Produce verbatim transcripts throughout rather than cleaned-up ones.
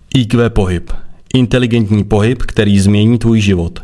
í kvé pohyb. Inteligentní pohyb, který změní tvůj život.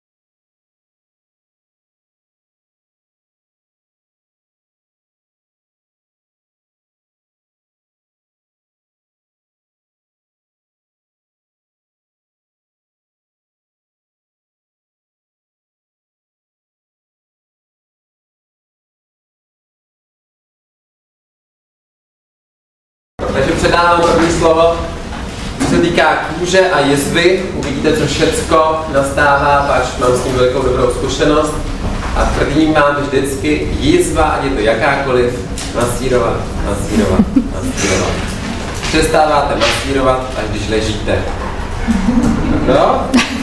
Takže předávám první slovo, co se týká kůže a jizvy. Uvidíte, co všecko nastává, až mám s tím velikou dobrou zkušenost. A první mám vždycky jizva, ať je to jakákoliv, masírovat, masírovat, masírovat. Přestáváte masírovat, až když ležíte. No?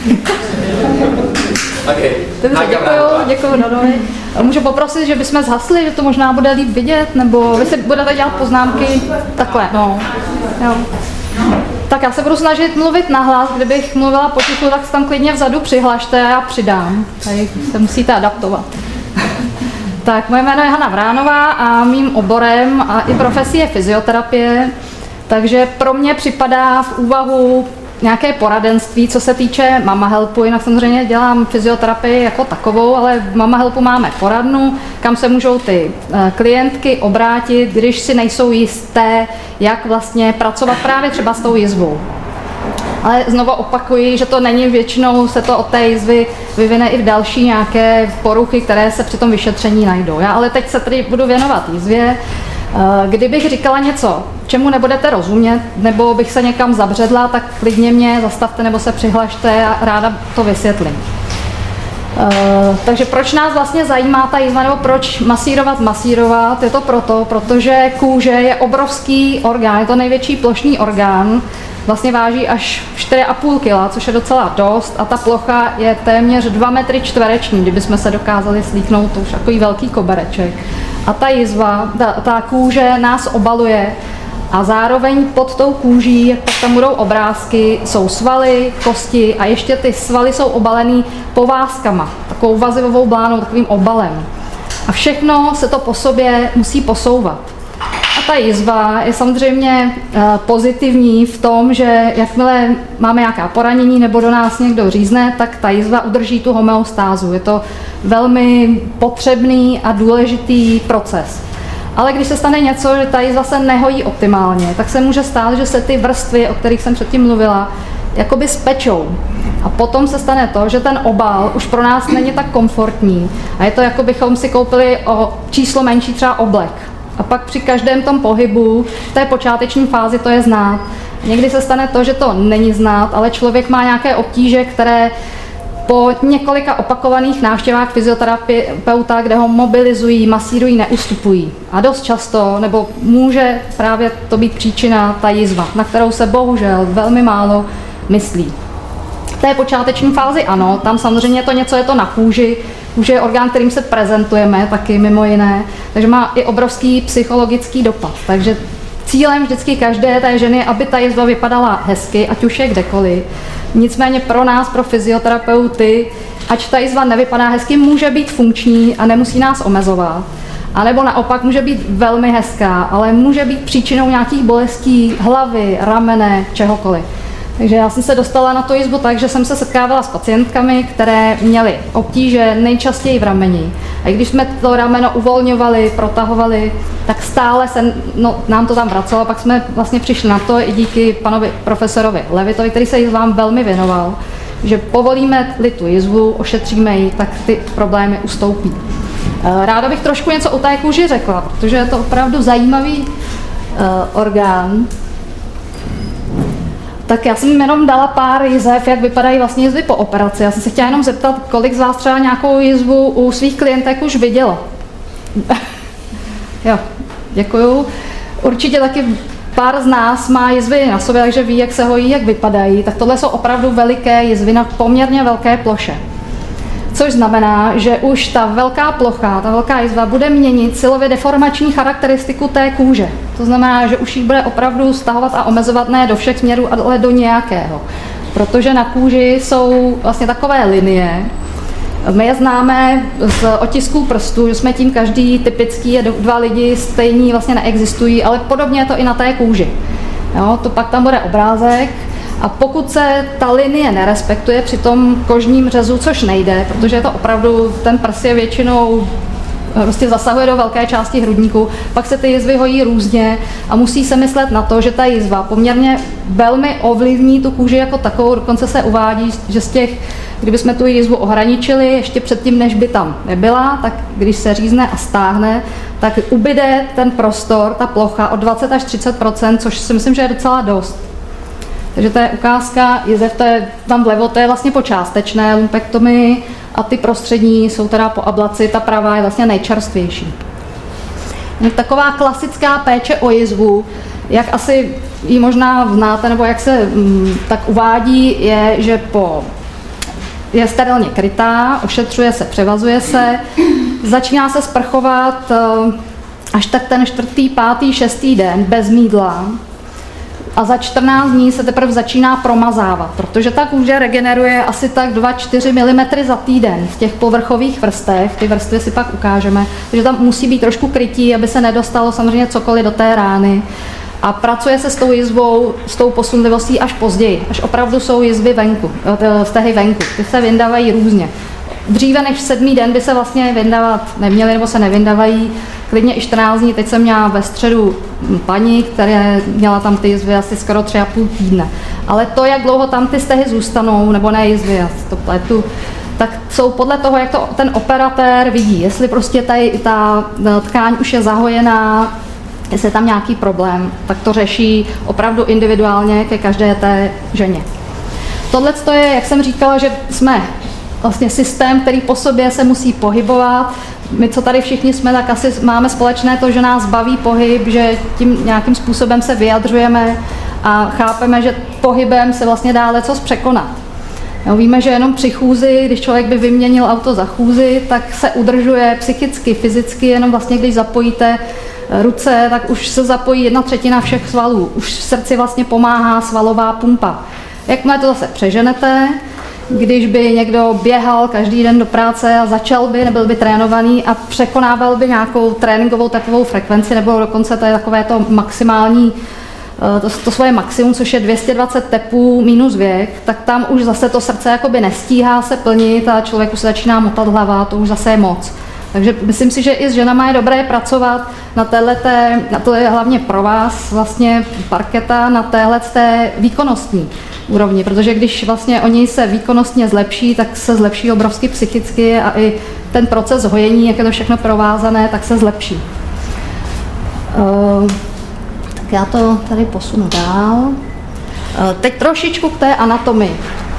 Okay. Dobře, děkuju, děkuju Dadovi. Můžu poprosit, že bychom zhasli, že to možná bude líp vidět, nebo vy si budete dělat poznámky takhle, no. Jo. Tak já se budu snažit mluvit nahlas, kdybych mluvila potichu, tak se tam klidně vzadu přihlašte a já přidám. Tady se musíte adaptovat. Tak, moje jméno je Hana Vránová a mým oborem a i profesí je fyzioterapie, takže pro mě připadá v úvahu nějaké poradenství, co se týče Mama Helpu, jinak samozřejmě dělám fyzioterapii jako takovou, ale v Mama Helpu máme poradnu, kam se můžou ty klientky obrátit, když si nejsou jisté, jak vlastně pracovat právě třeba s tou jizvou. Ale znovu opakuji, že to není většinou, se to od té jizvy vyvine i v další nějaké poruchy, které se při tom vyšetření najdou. Já ale teď se tedy budu věnovat jizvě. Kdybych říkala něco, čemu nebudete rozumět, nebo bych se někam zabředla, tak klidně mě zastavte nebo se přihlašte a ráda to vysvětlím. Uh, takže proč nás vlastně zajímá ta jizva, nebo proč masírovat, masírovat? Je to proto, protože kůže je obrovský orgán, je to největší plošný orgán, vlastně váží až čtyři a půl kila, což je docela dost a ta plocha je téměř dva metry čtvereční, kdybychom se dokázali slíknout, to už takový velký kobereček. A ta jizva, ta, ta kůže nás obaluje a zároveň pod tou kůží, jak tam budou obrázky, jsou svaly, kosti a ještě ty svaly jsou obalený povázkama, takovou vazivovou blánou, takovým obalem. A všechno se to po sobě musí posouvat. A ta jizva je samozřejmě pozitivní v tom, že jakmile máme nějaká poranění nebo do nás někdo řízne, tak ta jizva udrží tu homeostázu. Je to velmi potřebný a důležitý proces. Ale když se stane něco, že ta jizva se nehojí optimálně, tak se může stát, že se ty vrstvy, o kterých jsem předtím mluvila, jakoby spečou. A potom se stane to, že ten obal už pro nás není tak komfortní. A je to, jako bychom si koupili o číslo menší třeba oblek. A pak při každém tom pohybu, v té počáteční fázi to je znát. Někdy se stane to, že to není znát, ale člověk má nějaké obtíže, které po několika opakovaných návštěvách fyzioterapeuta, kde ho mobilizují, masírují, neustupují. A dost často, nebo může právě to být příčina ta jizva, na kterou se bohužel velmi málo myslí. V té počáteční fázi ano, tam samozřejmě to něco je to na kůži, kůže je orgán, kterým se prezentujeme, taky mimo jiné, takže má i obrovský psychologický dopad. Takže cílem vždycky každé té ženy je, aby ta jizva vypadala hezky, ať už je kdekoliv. Nicméně pro nás, pro fyzioterapeuty, ať ta jizva nevypadá hezky, může být funkční a nemusí nás omezovat. A nebo naopak může být velmi hezká, ale může být příčinou nějakých bolestí hlavy, ramene, čehokoliv. Takže já jsem se dostala na tu jizvu tak, že jsem se setkávala s pacientkami, které měly obtíže nejčastěji v rameni. A když jsme to rameno uvolňovali, protahovali, tak stále se no, nám to tam vracelo. Pak jsme vlastně přišli na to i díky panovi profesorovi Levitovi, který se jizvám velmi věnoval, že povolíme-li tu jizvu, ošetříme ji, tak ty problémy ustoupí. Ráda bych trošku něco o té kůži řekla, protože je to opravdu zajímavý uh, orgán. Tak já jsem jenom dala pár jizev, jak vypadají vlastně jizvy po operaci. Já jsem se chtěla jenom zeptat, kolik z vás třeba nějakou jizvu u svých klientek už vidělo. Jo, děkuju. Určitě taky pár z nás má jizvy na sobě, takže ví, jak se hojí, jak vypadají. Tak tohle jsou opravdu veliké jizvy na poměrně velké ploše. Což znamená, že už ta velká plocha, ta velká jizva bude měnit silově deformační charakteristiku té kůže. To znamená, že už ji bude opravdu stahovat a omezovat ne do všech směrů, ale do nějakého. Protože na kůži jsou vlastně takové linie. My je známe z otisků prstů, že jsme tím každý typický, dva lidi stejní vlastně neexistují, ale podobně je to i na té kůži. Jo, to pak tam bude obrázek A pokud se ta linie nerespektuje při tom kožním řezu, což nejde, protože je to opravdu, ten prs je většinou prostě zasahuje do velké části hrudníku, pak se ty jizvy hojí různě a musí se myslet na to, že ta jizva poměrně velmi ovlivní tu kůži jako takovou, dokonce se uvádí, že z těch, kdybychom tu jizvu ohraničili ještě předtím, než by tam nebyla, tak když se řízne a stáhne, tak ubyde ten prostor, ta plocha o dvacet až třicet procent, což si myslím, že je docela dost. Takže to je ukázka jizev, to je tam vlevo, to je vlastně po částečné lumpektomii a ty prostřední jsou teda po ablaci, ta pravá je vlastně nejčerstvější. Taková klasická péče o jizvu, jak asi ji možná znáte, nebo jak se mm, tak uvádí, je, že po, je sterilně krytá, ošetřuje se, převazuje se, začíná se sprchovat až tak ten čtvrtý, pátý, šestý den bez mýdla. A za čtrnáct dní se teprve začíná promazávat, protože ta kůže regeneruje asi tak dva až čtyři milimetry za týden v těch povrchových vrstech, ty vrstvy si pak ukážeme, takže tam musí být trošku krytí, aby se nedostalo samozřejmě cokoliv do té rány. A pracuje se s tou jizvou, s tou posunlivostí až později, až opravdu jsou jizvy venku, stehy venku, ty se vyndávají různě. Dříve než sedmý den by se vlastně vyndávat neměly, nebo se nevyndávají, klidně i čtrnáct dní. Teď jsem měla ve středu paní, která měla tam ty jizvy asi skoro tři a půl týdne. Ale to, jak dlouho tam ty stehy zůstanou, nebo ne jizvy, já to pletu, tak jsou podle toho, jak to ten operatér vidí. Jestli prostě tady ta tkáň už je zahojená, jestli je tam nějaký problém, tak to řeší opravdu individuálně ke každé té ženě. Tohle je, jak jsem říkala, že jsme vlastně systém, který po sobě se musí pohybovat. My, co tady všichni jsme, tak asi máme společné to, že nás baví pohyb, že tím nějakým způsobem se vyjadřujeme a chápeme, že pohybem se vlastně dá lecos překonat. No, víme, že jenom při chůzi, když člověk by vyměnil auto za chůzi, tak se udržuje psychicky, fyzicky, jenom vlastně když zapojíte ruce, tak už se zapojí jedna třetina všech svalů. Už v srdci vlastně pomáhá svalová pumpa. Jakmile to zase přeženete, když by někdo běhal každý den do práce a začal by, nebyl by trénovaný a překonával by nějakou tréninkovou takovou frekvenci, nebo dokonce to je takové to maximální, to, to svoje maximum, což je dvě stě dvacet tepů minus věk, tak tam už zase to srdce jakoby nestíhá se plnit a člověku se začíná motat hlava, to už zase je moc. Takže myslím si, že i s ženama je dobré pracovat na téhleté, na to je hlavně pro vás vlastně parketa, na téhleté výkonnostní úrovni, protože když vlastně oni se výkonnostně zlepší, tak se zlepší obrovsky psychicky a i ten proces hojení, jak je to všechno provázané, tak se zlepší. Uh, tak já to tady posunu dál. Uh, teď trošičku k té anatomii.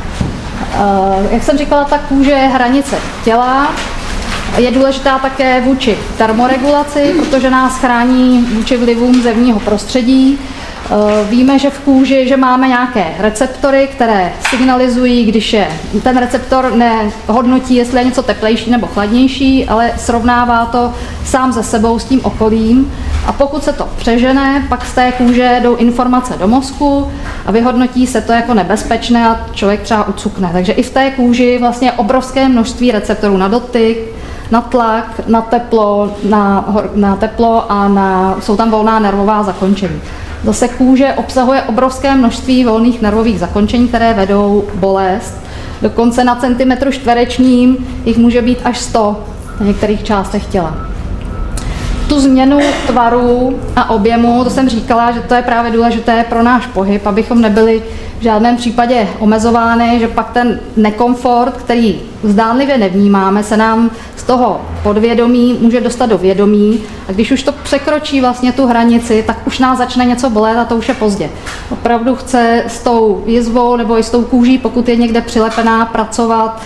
Uh, jak jsem říkala, ta kůže je hranice těla. Je důležitá také vůči termoregulaci, protože nás chrání vůči vlivům zevního prostředí. Víme, že v kůži, že máme nějaké receptory, které signalizují, když je ten receptor nehodnotí, jestli je něco teplejší nebo chladnější, ale srovnává to sám se sebou s tím okolím. A pokud se to přežene, pak z té kůže jdou informace do mozku a vyhodnotí se to jako nebezpečné a člověk třeba ucukne. Takže i v té kůži vlastně obrovské množství receptorů na dotyk, na tlak, na teplo, na, na teplo a na, jsou tam volná nervová zakončení. Zase kůže obsahuje obrovské množství volných nervových zakončení, které vedou bolest. Dokonce na centimetru čtverečním jich může být až sto na některých částech těla. Tu změnu tvaru a objemu, to jsem říkala, že to je právě důležité pro náš pohyb, abychom nebyli v žádném případě omezovány, že pak ten nekomfort, který zdánlivě nevnímáme, se nám z toho podvědomí může dostat do vědomí a když už to překročí vlastně tu hranici, tak už nás začne něco bolet a to už je pozdě. Opravdu chce s tou jizvou nebo i s tou kůží, pokud je někde přilepená, pracovat.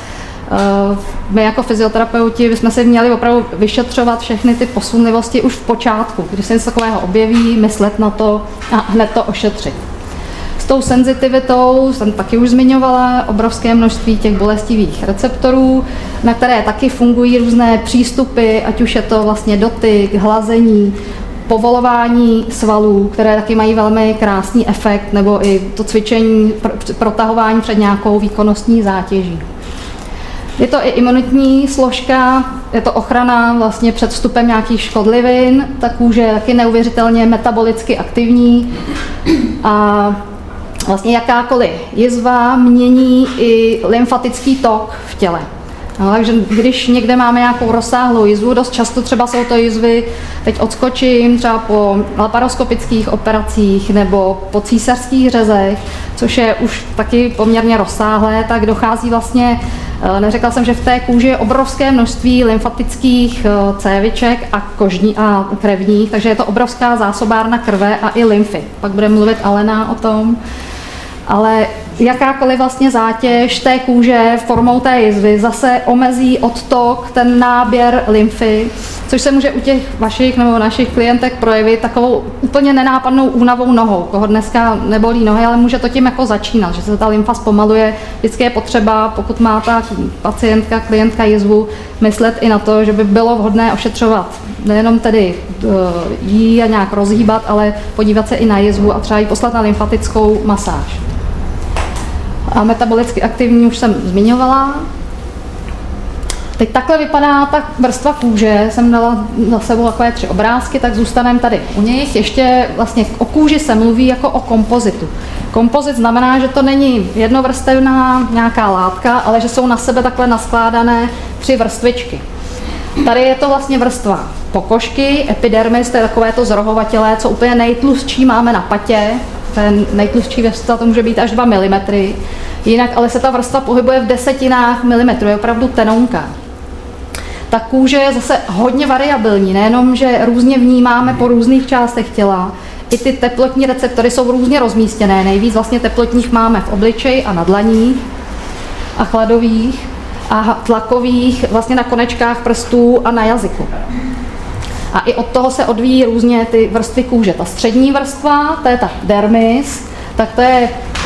My jako fyzioterapeuti bychom si měli opravdu vyšetřovat všechny ty posunlivosti už v počátku, když se něco takového objeví, myslet na to a hned to ošetřit. S tou senzitivitou jsem taky už zmiňovala obrovské množství těch bolestivých receptorů, na které taky fungují různé přístupy, ať už je to vlastně dotyk, hlazení, povolování svalů, které taky mají velmi krásný efekt, nebo i to cvičení, protahování před nějakou výkonnostní zátěží. Je to i imunitní složka, je to ochrana vlastně před vstupem nějakých škodlivin, ta kůže je taky neuvěřitelně metabolicky aktivní a vlastně jakákoliv jizva mění i lymfatický tok v těle. No, takže když někde máme nějakou rozsáhlou jizvu, dost často třeba jsou to jizvy, teď odskočím třeba po laparoskopických operacích nebo po císařských řezech, což je už taky poměrně rozsáhlé, tak dochází vlastně, neřekla jsem, že v té kůži je obrovské množství lymfatických céviček a kožní a krevních, takže je to obrovská zásobárna krve a i lymfy. Pak bude mluvit Alena o tom. Ale jakákoliv vlastně zátěž té kůže formou té jizvy zase omezí odtok, ten náběr lymfy, což se může u těch vašich nebo našich klientek projevit takovou úplně nenápadnou únavou nohou. Koho dneska nebolí nohy, ale může to tím jako začínat, že se ta lymfa zpomaluje. Vždycky je potřeba, pokud má ta pacientka, klientka jizvu, myslet i na to, že by bylo vhodné ošetřovat nejenom tedy jí a nějak rozhýbat, ale podívat se i na jizvu a třeba jí poslat na lymfatickou masáž. A metabolicky aktivní už jsem zmiňovala. Teď takhle vypadá ta vrstva kůže, jsem dala za sebou takové tři obrázky, tak zůstaneme tady u nich. Ještě vlastně o kůži se mluví jako o kompozitu. Kompozit znamená, že to není jednovrstevná nějaká látka, ale že jsou na sebe takhle naskládané tři vrstvičky. Tady je to vlastně vrstva pokožky, epidermis, to je takové to zrohovatělé, co úplně nejtlustší máme na patě. Ten nejtlustší vrstva to může být až dva milimetry. Jinak ale se ta vrstva pohybuje v desetinách milimetru, je opravdu tenonká. Ta kůže je zase hodně variabilní, nejenom, že různě vnímáme po různých částech těla, i ty teplotní receptory jsou různě rozmístěné. Nejvíc vlastně teplotních máme v obličeji a na dlaních a chladových a tlakových vlastně na konečkách prstů a na jazyku. A i od toho se odvíjí různě ty vrstvy kůže. Ta střední vrstva, to je ta dermis, tak to je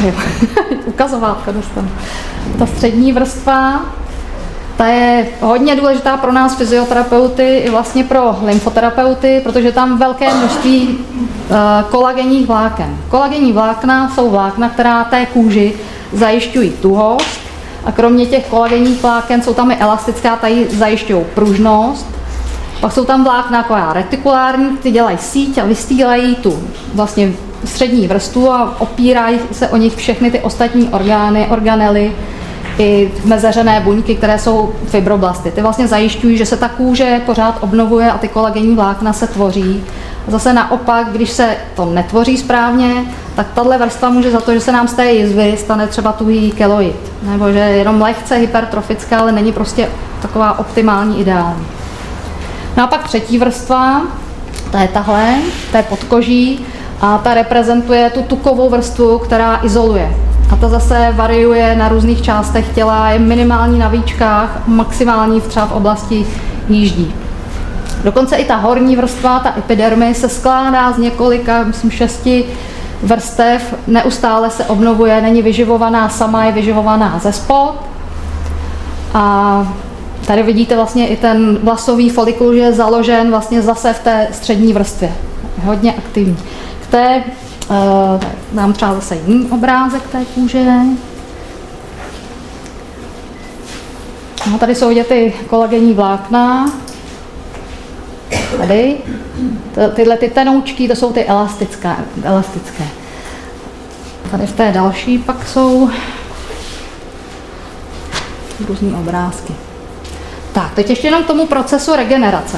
ukazovátka dostanu. Ta střední vrstva, ta je hodně důležitá pro nás fyzioterapeuty i vlastně pro lymfoterapeuty, protože tam velké množství uh, kolagenních vláken. Kolagenní vlákna jsou vlákna, která té kůži zajišťují tuhost a kromě těch kolagenních vláken jsou tam i elastická, tady zajišťují pružnost. Pak jsou tam vlákna jako retikulární, ty dělají síť a vystýlají tu vlastně střední vrstvu a opírají se o nich všechny ty ostatní orgány, organely i mezeřené buňky, které jsou fibroblasty. Ty vlastně zajišťují, že se ta kůže pořád obnovuje a ty kolagenní vlákna se tvoří. Zase naopak, když se to netvoří správně, tak tahle vrstva může za to, že se nám z té jizvy stane třeba tuhý keloid, nebo že je jenom lehce hypertrofická, ale není prostě taková optimální, ideální. No a pak třetí vrstva, to je tahle, to je podkoží a ta reprezentuje tu tukovou vrstvu, která izoluje. A ta zase variuje na různých částech těla, je minimální na víčkách, maximální třeba v oblasti jíždí. Dokonce i ta horní vrstva, ta epidermis, se skládá z několika, myslím šesti vrstev, neustále se obnovuje, není vyživovaná sama, je vyživovaná ze spod. A tady vidíte vlastně i ten vlasový folikul, že je založen vlastně zase v té střední vrstvě. Je hodně aktivní. K té, uh, dám třeba zase jiný obrázek té kůže. No, tady jsou vidět ty kolagenní vlákna. Tady. Tyhle ty tenoučky, to jsou ty elastické. elastické. Tady v té další pak jsou různý obrázky. Tak, teď ještě jenom k tomu procesu regenerace.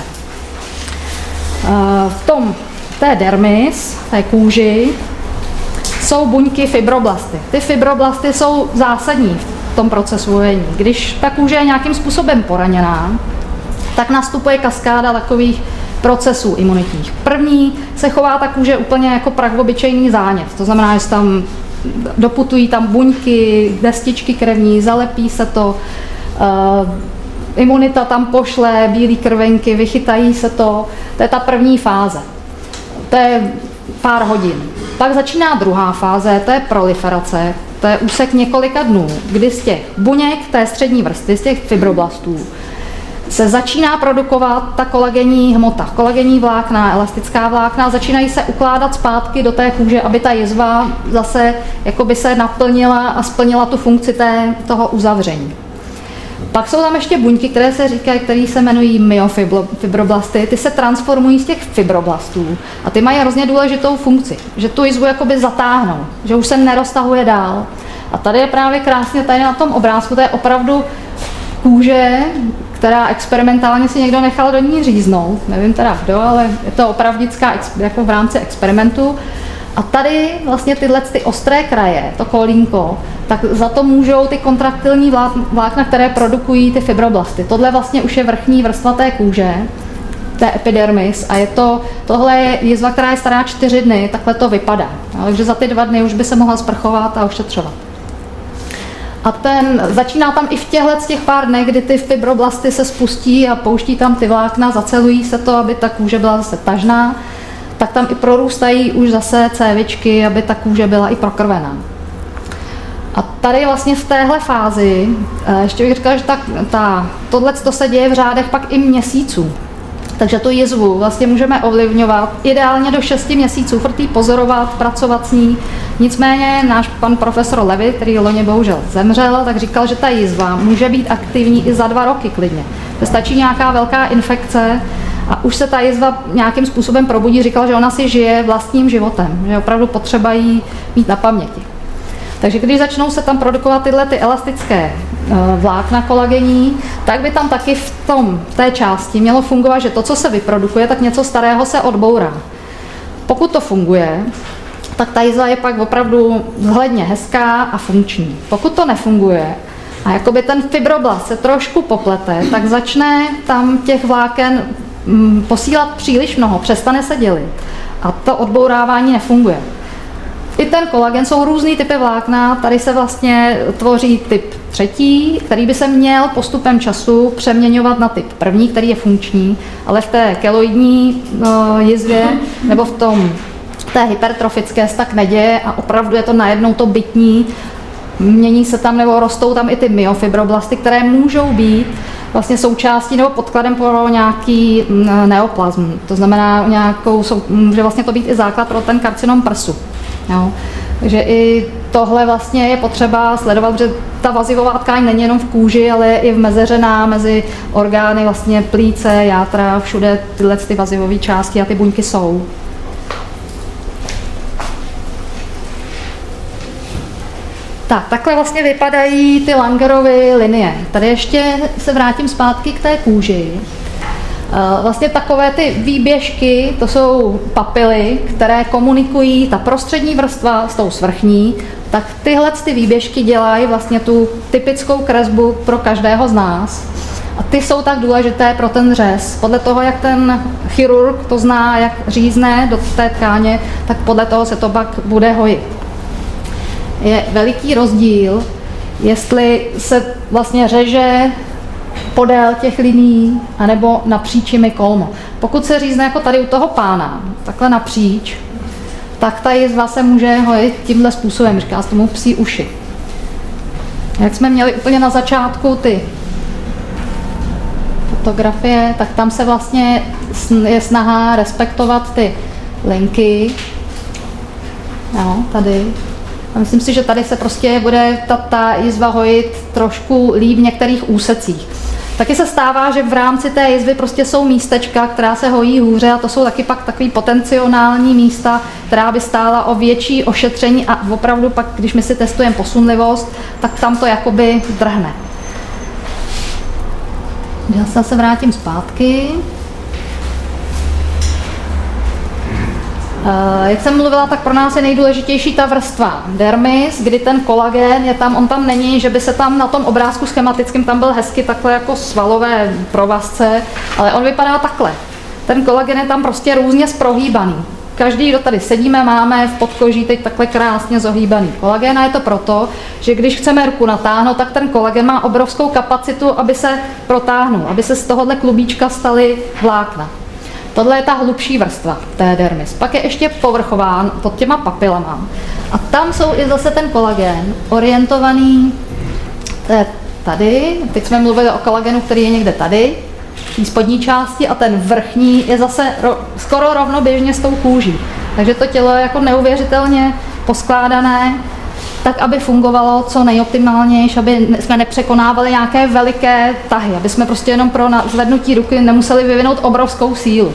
V tom, té dermis, té kůži, jsou buňky fibroblasty. Ty fibroblasty jsou zásadní v tom procesu hojení. Když ta kůže je nějakým způsobem poraněná, tak nastupuje kaskáda takových procesů imunitních. První se chová ta kůže úplně jako prachobyčejný zánět. To znamená, že tam doputují tam buňky, destičky krevní, zalepí se to, uh, imunita tam pošle bílé krvenky, vychytají se to. To je ta první fáze. To je pár hodin. Pak začíná druhá fáze, to je proliferace. To je úsek několika dnů, kdy z těch buněk té střední vrstvy, z těch fibroblastů, se začíná produkovat ta kolagenní hmota, kolagenní vlákna, elastická vlákna, začínají se ukládat zpátky do té kůže, aby ta jizva zase jakoby se naplnila a splnila tu funkci té, toho uzavření. Pak jsou tam ještě buňky, které se říkají, které se jmenují myofibroblasty. Ty se transformují z těch fibroblastů a ty mají hrozně důležitou funkci, že tu jizvu jakoby zatáhnou, že už se neroztahuje dál. A tady je právě krásně tady na tom obrázku, to je opravdu kůže, která experimentálně si někdo nechal do ní říznout. Nevím teda kdo, ale je to opravdická jako v rámci experimentu. A tady vlastně tyhle ty ostré kraje, to kolínko, tak za to můžou ty kontraktilní vlákna, které produkují ty fibroblasty. Tohle vlastně už je vrchní vrstva té kůže, té epidermis, a je to, tohle je jizva, která je stará čtyři dny, takhle to vypadá. Takže za ty dva dny už by se mohla sprchovat a ošetřovat. A ten začíná tam i v těchto těch pár dnech, kdy ty fibroblasty se spustí a pouští tam ty vlákna, zacelují se to, aby ta kůže byla zase tažná, tak tam i prorůstají už zase cévičky, aby ta kůže byla i prokrvená. A tady vlastně v téhle fázi, ještě bych říkala, že ta, ta, tohleto se děje v řádech pak i měsíců. Takže tu jizvu vlastně můžeme ovlivňovat ideálně do šesti měsíců, furt jí pozorovat, pracovat s ní. Nicméně náš pan profesor Levy, který loni bohužel zemřel, tak říkal, že ta jizva může být aktivní i za dva roky klidně. To stačí nějaká velká infekce a už se ta jizva nějakým způsobem probudí. Říkal, že ona si žije vlastním životem, že opravdu potřeba jí mít na paměti. Takže když začnou se tam produkovat tyhle ty elastické vlákna kolagenní, tak by tam taky v, tom, v té části mělo fungovat, že to, co se vyprodukuje, tak něco starého se odbourá. Pokud to funguje, tak ta jizva je pak opravdu vzhledně hezká a funkční. Pokud to nefunguje a jakoby ten fibroblast se trošku poplete, tak začne tam těch vláken mm, posílat příliš mnoho, přestane se dělit a to odbourávání nefunguje. I ten kolagen jsou různý typy vlákna, tady se vlastně tvoří typ třetí, který by se měl postupem času přeměňovat na typ první, který je funkční, ale v té keloidní no, jizvě nebo v tom té hypertrofické se tak neděje a opravdu je to najednou to bytní, mění se tam nebo rostou tam i ty myofibroblasty, které můžou být vlastně součástí nebo podkladem pro nějaký neoplasm, to znamená nějakou, může vlastně to být i základ pro ten karcinom prsu. Jo. Takže i tohle vlastně je potřeba sledovat, protože ta vazivová tkáň není jenom v kůži, ale je i v mezeřená mezi orgány, vlastně plíce, játra, všude tyhle ty vazivové části a ty buňky jsou. Tak, takhle vlastně vypadají ty Langerovy linie. Tady ještě se vrátím zpátky k té kůži. Vlastně takové ty výběžky, to jsou papily, které komunikují, ta prostřední vrstva s tou svrchní, tak tyhle ty výběžky dělají vlastně tu typickou kresbu pro každého z nás. A ty jsou tak důležité pro ten řez. Podle toho, jak ten chirurg to zná, jak řízne do té tkáně, tak podle toho se to pak bude hojit. Je veliký rozdíl, jestli se vlastně řeže podél těch linií, anebo napříč mi kolmo. Pokud se řízne jako tady u toho pána, takhle napříč, tak ta jizva se může hojit tímhle způsobem, říká se tomu psí uši. Jak jsme měli úplně na začátku ty fotografie, tak tam se vlastně je snaha respektovat ty linky. Jo, tady. A myslím si, že tady se prostě bude ta, ta jizva hojit trošku líp v některých úsecích. Taky se stává, že v rámci té jizvy prostě jsou místečka, která se hojí hůře a to jsou taky pak takový potenciální místa, která by stála o větší ošetření a opravdu pak, když my si testujeme posunlivost, tak tam to jakoby drhne. Já se vrátím zpátky. Jak jsem mluvila, tak pro nás je nejdůležitější ta vrstva dermis, kdy ten kolagen je tam, on tam není, že by se tam na tom obrázku schematickém tam byl hezky takhle jako svalové provazce, ale on vypadá takhle. Ten kolagen je tam prostě různě zprohýbaný. Každý, kdo tady sedíme, máme v podkoží teď takhle krásně zohýbaný kolagen a je to proto, že když chceme ruku natáhnout, tak ten kolagen má obrovskou kapacitu, aby se protáhnul, aby se z tohohle klubíčka staly vlákna. Tohle je ta hlubší vrstva té dermis. Pak je ještě povrchová pod těma papilama. A tam jsou i zase ten kolagen orientovaný tady. Teď jsme mluvili o kolagenu, který je někde tady, v té spodní části, a ten vrchní je zase ro, skoro rovnoběžně s tou kůží. Takže to tělo je jako neuvěřitelně poskládané. tak aby fungovalo co nejoptimálnější, aby jsme nepřekonávali nějaké veliké tahy, aby jsme prostě jenom pro zvednutí ruky nemuseli vyvinout obrovskou sílu.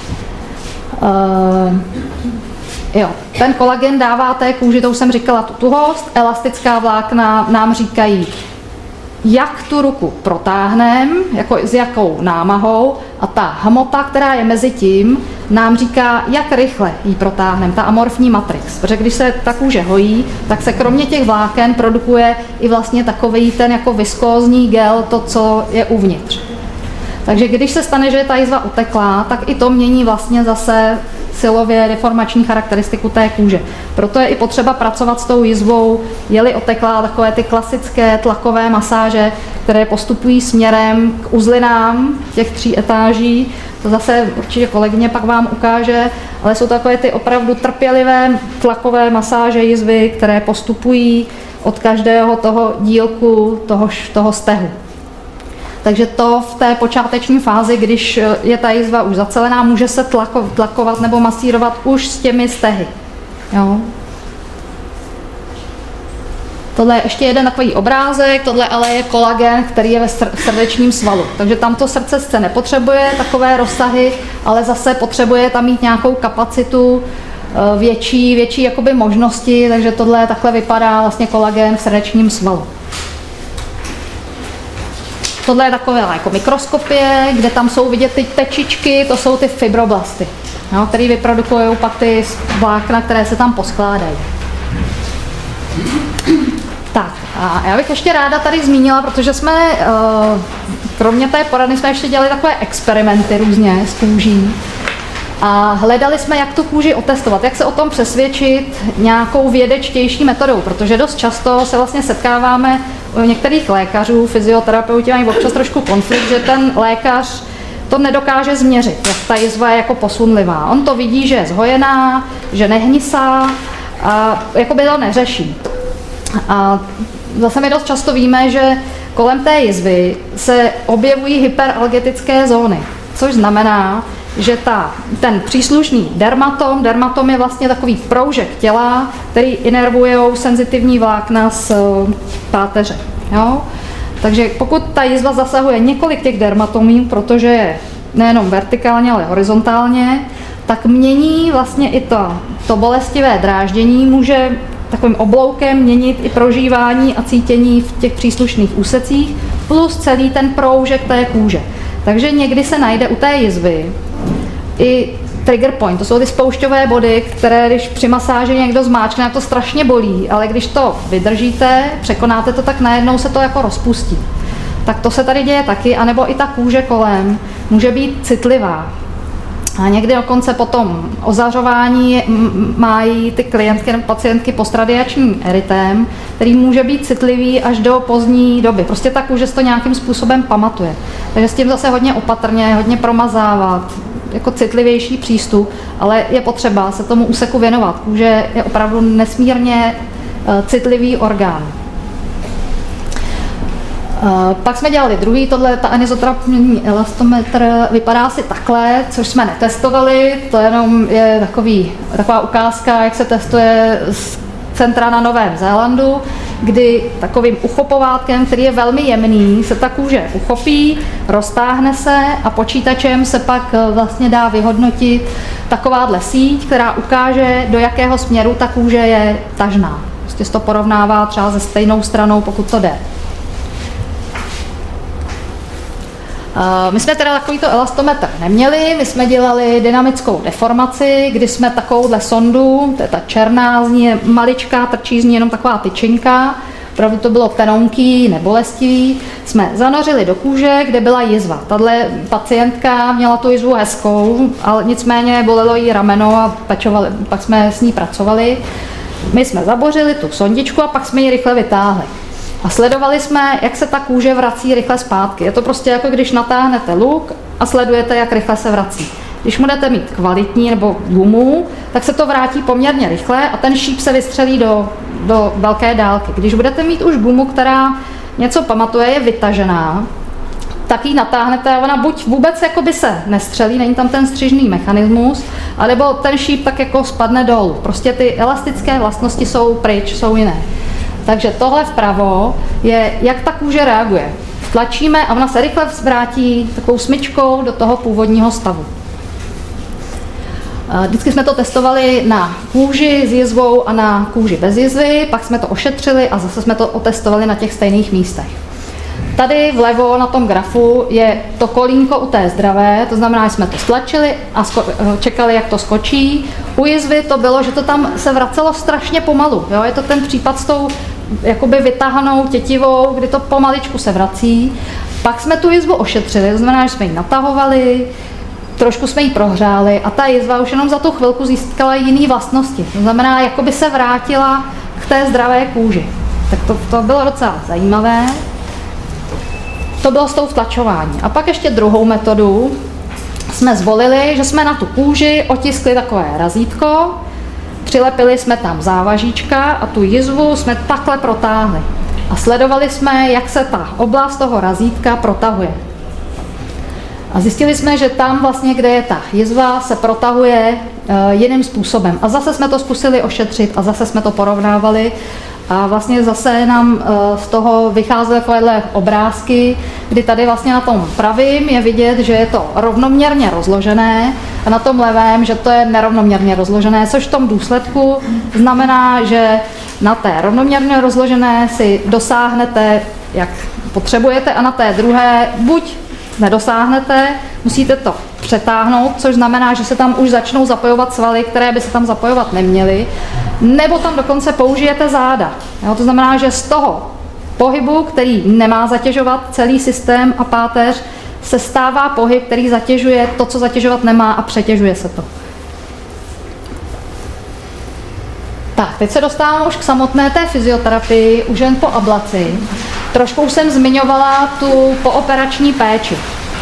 Uh, jo. Ten kolagen dává té kůži, to už jsem říkala, tu tuhost, elastická vlákna nám říkají, jak tu ruku protáhneme, jako s jakou námahou, a ta hmota, která je mezi tím, nám říká, jak rychle ji protáhneme, ta amorfní matrix. Protože když se ta kůže hojí, tak se kromě těch vláken produkuje i vlastně takový ten jako viskózní gel, to, co je uvnitř. Takže když se stane, že je ta jizva uteklá, tak i to mění vlastně zase silově deformační charakteristiku té kůže. Proto je i potřeba pracovat s tou jizvou, je-li oteklá, takové ty klasické tlakové masáže, které postupují směrem k uzlinám těch tří etáží. To zase určitě kolegyně pak vám ukáže, ale jsou takové ty opravdu trpělivé tlakové masáže jizvy, které postupují od každého toho dílku toho, toho stehu. Takže to v té počáteční fázi, když je ta jizva už zacelená, může se tlako, tlakovat nebo masírovat už s těmi stehy. Jo. Tohle je ještě jeden takový obrázek, tohle ale je kolagen, který je ve srdečním svalu. Takže tam to srdce se nepotřebuje takové rozsahy, ale zase potřebuje tam mít nějakou kapacitu, větší, větší jakoby možnosti, takže tohle takhle vypadá vlastně kolagen v srdečním svalu. Tohle je takové jako mikroskopie, kde tam jsou vidět ty tečičky, to jsou ty fibroblasty, no, které vyprodukují pak ty vlákna, které se tam poskládají. Tak a já bych ještě ráda tady zmínila, protože jsme, kromě té porady, jsme ještě dělali takové experimenty různě s kůží a hledali jsme, jak tu kůži otestovat, jak se o tom přesvědčit nějakou vědečtější metodou, protože dost často se vlastně setkáváme u některých lékařů, fyzioterapeuti mají občas trošku konflikt, že ten lékař to nedokáže změřit, jak ta jizva je jako posunlivá. On to vidí, že je zhojená, že nehnisá a jakoby to neřeší. A zase my dost často víme, že kolem té jizvy se objevují hyperalgetické zóny, což znamená, že ta, ten příslušný dermatom, dermatom je vlastně takový proužek těla, který inervuje senzitivní vlákna z páteře. Jo? Takže pokud ta jizva zasahuje několik těch dermatomů, protože je nejenom vertikálně, ale horizontálně, tak mění vlastně i to, to bolestivé dráždění, může takovým obloukem měnit i prožívání a cítění v těch příslušných úsecích, plus celý ten proužek té kůže. Takže někdy se najde u té jizvy i trigger point, to jsou ty spoušťové body, které když při masáži někdo zmáčkne, to strašně bolí, ale když to vydržíte, překonáte to, tak najednou se to jako rozpustí. Tak to se tady děje taky, anebo i ta kůže kolem může být citlivá. A někdy dokonce po tom ozařování mají ty klientky nebo pacientky postradiační erytém, který může být citlivý až do pozdní doby. Prostě ta kůže se to nějakým způsobem pamatuje. Takže s tím zase hodně opatrně, hodně promazávat, jako citlivější přístup, ale je potřeba se tomu úseku věnovat. Kůže je opravdu nesmírně citlivý orgán. Uh, pak jsme dělali druhý, tohle, ta anizoterapní elastometr vypadá asi takhle, což jsme netestovali, to jenom je takový, taková ukázka, jak se testuje z centra na Novém Zélandu, kdy takovým uchopovátkem, který je velmi jemný, se ta kůže uchopí, roztáhne se a počítačem se pak vlastně dá vyhodnotit takováhle síť, která ukáže, do jakého směru ta kůže je tažná. Prostě se to porovnává třeba se stejnou stranou, pokud to jde. My jsme teda takovýto elastometr neměli, my jsme dělali dynamickou deformaci, kdy jsme takovouhle sondu, to je ta černá, z ní je maličká, trčí z ní jenom taková tyčinka, opravdu to bylo tenonký, nebolestivý, jsme zanořili do kůže, kde byla jizva. Tahle pacientka měla tu jizvu hezkou, ale nicméně bolelo jí rameno a pečovali, pak jsme s ní pracovali. My jsme zabořili tu sondičku a pak jsme ji rychle vytáhli. A sledovali jsme, jak se ta kůže vrací rychle zpátky. Je to prostě jako když natáhnete luk a sledujete, jak rychle se vrací. Když budete mít kvalitní nebo gumu, tak se to vrátí poměrně rychle a ten šíp se vystřelí do, do velké dálky. Když budete mít už gumu, která něco pamatuje, je vytažená, tak ji natáhnete a ona buď vůbec jakoby se nestřelí, není tam ten střižný mechanismus, anebo ten šíp tak jako spadne dolů. Prostě ty elastické vlastnosti jsou pryč, jsou jiné. Takže tohle vpravo je, jak ta kůže reaguje. Tlačíme a ona se rychle vrátí takovou smyčkou do toho původního stavu. Vždycky jsme to testovali na kůži s jizvou a na kůži bez jizvy, pak jsme to ošetřili a zase jsme to otestovali na těch stejných místech. Tady vlevo na tom grafu je to kolínko u té zdravé, to znamená, že jsme to stlačili a čekali, jak to skočí. U jizvy to bylo, že to tam se vracelo strašně pomalu. Jo? Je to ten případ s tou jakoby vytahanou tětivou, kdy to pomaličku se vrací. Pak jsme tu jizvu ošetřili, to znamená, že jsme ji natahovali, trošku jsme ji prohřáli a ta jizva už jenom za tu chvilku získala jiné vlastnosti. To znamená, jakoby se vrátila k té zdravé kůži. Tak to, to bylo docela zajímavé. To bylo s tou vtlačování. A pak ještě druhou metodu jsme zvolili, že jsme na tu kůži otiskli takové razítko, přilepili jsme tam závažíčka a tu jizvu jsme takhle protáhli. A sledovali jsme, jak se ta oblast toho razítka protahuje. A zjistili jsme, že tam vlastně, kde je ta jizva, se protahuje e, jiným způsobem. A zase jsme to zkusili ošetřit a zase jsme to porovnávali. A vlastně zase nám e, z toho vycházely takovéhle obrázky, kdy tady vlastně na tom pravým je vidět, že je to rovnoměrně rozložené a na tom levém, že to je nerovnoměrně rozložené, což v tom důsledku znamená, že na té rovnoměrně rozložené si dosáhnete, jak potřebujete, a na té druhé buď nedosáhnete, musíte to přetáhnout, což znamená, že se tam už začnou zapojovat svaly, které by se tam zapojovat neměly, nebo tam dokonce použijete záda. Jo, to znamená, že z toho pohybu, který nemá zatěžovat celý systém a páteř, se stává pohyb, který zatěžuje to, co zatěžovat nemá, a přetěžuje se to. Tak, teď se dostávám už k samotné té fyzioterapii, už jen po ablaci. Trošku už jsem zmiňovala tu pooperační péči.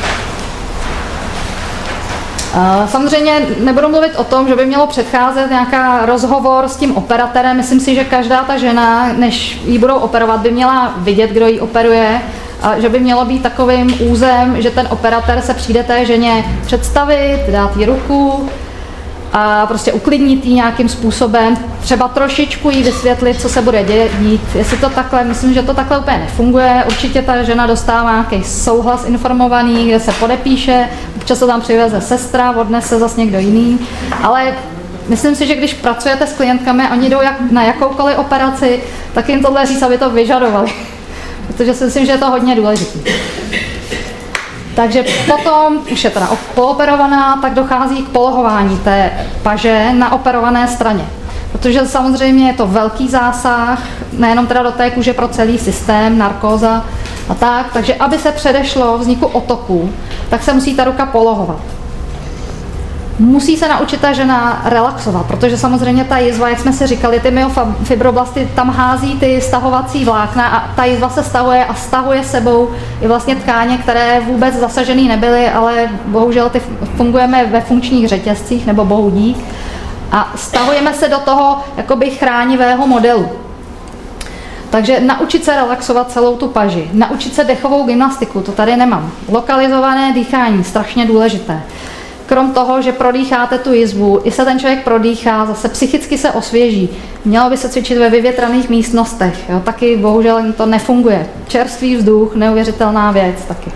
Samozřejmě nebudu mluvit o tom, že by mělo předcházet nějaká rozhovor s tím operatérem. Myslím si, že každá ta žena, než ji budou operovat, by měla vidět, kdo ji operuje, a že by mělo být takovým územ, že ten operatér se přijde té ženě představit, dát jí ruku a prostě uklidnit ji nějakým způsobem, třeba trošičku jí vysvětlit, co se bude dít. Jestli to takhle, myslím, že to takhle úplně nefunguje. Určitě ta žena dostává nějaký souhlas informovaný, kde se podepíše, občas to tam přiveze sestra, odnese zase někdo jiný, ale myslím si, že když pracujete s klientkami a oni jdou jak, na jakoukoliv operaci, tak jim tohle říct, aby to vyžadovali, protože si myslím, že je to hodně důležité. Takže potom, už je teda pooperovaná, tak dochází k polohování té paže na operované straně. Protože samozřejmě je to velký zásah, nejenom teda do té kůže, pro celý systém, narkóza a tak. Takže aby se předešlo vzniku otoku, tak se musí ta ruka polohovat. Musí se naučit ta žena relaxovat, protože samozřejmě ta jizva, jak jsme si říkali, ty myofibroblasty tam hází ty stahovací vlákna a ta jizva se stahuje a stahuje sebou i vlastně tkáně, které vůbec zasažené nebyly, ale bohužel ty fungujeme ve funkčních řetězcích, nebo bohu dík, a stahujeme se do toho jakoby chránivého modelu. Takže naučit se relaxovat celou tu paži, naučit se dechovou gymnastiku, to tady nemám. Lokalizované dýchání, strašně důležité. Krom toho, že prodýcháte tu jizvu, i se ten člověk prodýchá, zase psychicky se osvěží. Mělo by se cvičit ve vyvětraných místnostech, jo? Taky bohužel to nefunguje. Čerstvý vzduch, neuvěřitelná věc taky.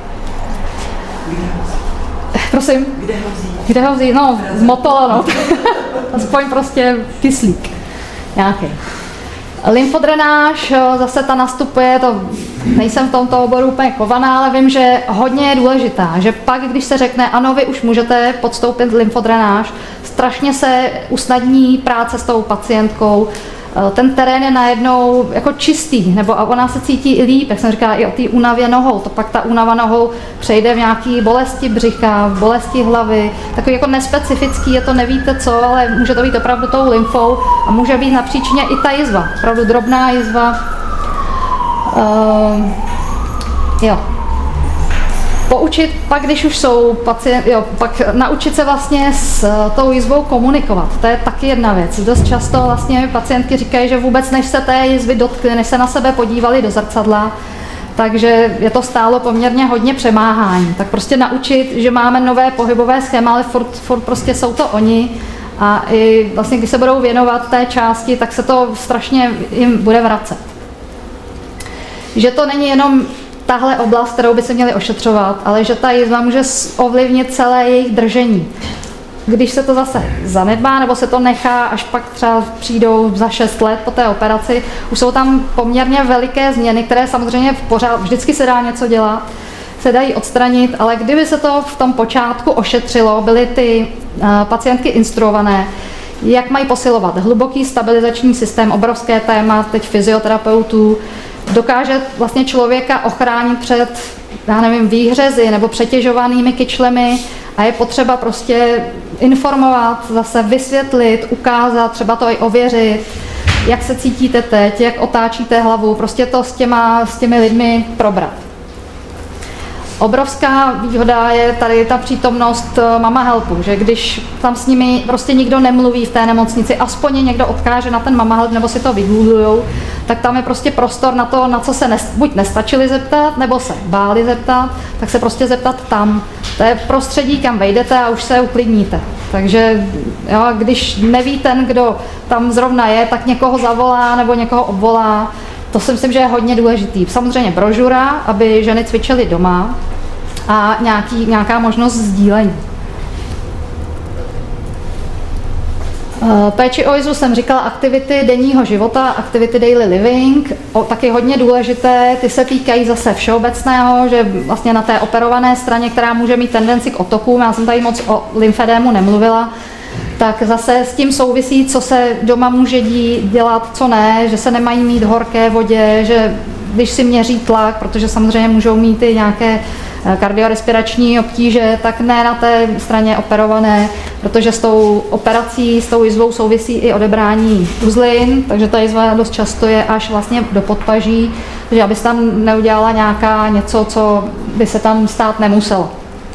Prosím? Kde ho vzít? Kde ho vzít? No, z Motola, no. Aspoň prostě kyslík nějaký. Lymfodrenáž, zase ta nastupuje, to nejsem v tomto oboru úplně kovaná, ale vím, že hodně je důležitá, že pak, když se řekne, ano, vy už můžete podstoupit lymfodrenáž, strašně se usnadní práce s tou pacientkou, ten terén je najednou jako čistý, nebo a ona se cítí i líp, jak jsem říkala, i o té únavě nohou, to pak ta únava nohou přejde v nějaký bolesti břicha, v bolesti hlavy, takový jako nespecifický, je to nevíte co, ale může to být opravdu tou lymfou a může být na příčině i ta jizva, opravdu drobná jizva. Uh, jo. Poučit pak, když už jsou pacienti, jo, pak naučit se vlastně s tou jizvou komunikovat. To je taky jedna věc. Dost často vlastně pacientky říkají, že vůbec než se té jizvy dotkly, než se na sebe podívali do zrcadla, takže je to stálo poměrně hodně přemáhání. Tak prostě naučit, že máme nové pohybové schéma, ale furt, furt prostě jsou to oni. A i vlastně, když se budou věnovat té části, tak se to strašně jim bude vracet. že to není jenom tahle oblast, kterou by se měli ošetřovat, ale že ta jizva může ovlivnit celé jejich držení. Když se to zase zanedbá, nebo se to nechá, až pak třeba přijdou za šest let po té operaci, už jsou tam poměrně veliké změny, které samozřejmě v pořád, vždycky se dá něco dělat, se dají odstranit, ale kdyby se to v tom počátku ošetřilo, byly ty uh, pacientky instruované, jak mají posilovat hluboký stabilizační systém, obrovské téma teď fyzioterapeutů, dokáže vlastně člověka ochránit před, já nevím, výhřezy nebo přetěžovanými kyčlemi a je potřeba prostě informovat, zase vysvětlit, ukázat, třeba to i ověřit, jak se cítíte teď, jak otáčíte hlavu, prostě to s, těma, s těmi lidmi probrat. Obrovská výhoda je tady ta přítomnost Mama Helpu, že když tam s nimi prostě nikdo nemluví v té nemocnici, aspoň je někdo odkáže na ten Mama Help nebo si to vygooglujou, tak tam je prostě prostor na to, na co se ne, buď nestačili zeptat, nebo se báli zeptat, tak se prostě zeptat tam. To je prostředí, kam vejdete a už se uklidníte. Takže jo, když neví ten, kdo tam zrovna je, tak někoho zavolá nebo někoho obvolá. To si myslím, že je hodně důležitý. Samozřejmě brožura, aby ženy cvičily doma a nějaký, nějaká možnost sdílení. Péči o jizvu jsem říkala aktivity denního života, aktivity daily living, o, taky hodně důležité, ty se týkají zase všeobecného, že vlastně na té operované straně, která může mít tendenci k otokům, já jsem tady moc o lymfedému nemluvila, tak zase s tím souvisí, co se doma může dít, dělat, co ne, že se nemají mít v horké vodě, že když si měří tlak, protože samozřejmě můžou mít i nějaké kardiorespirační obtíže, tak ne na té straně operované, protože s tou operací, s tou jizvou souvisí i odebrání uzlin, takže ta jizva dost často je až vlastně do podpaží, takže aby se tam neudělala nějaká něco, co by se tam stát nemuselo.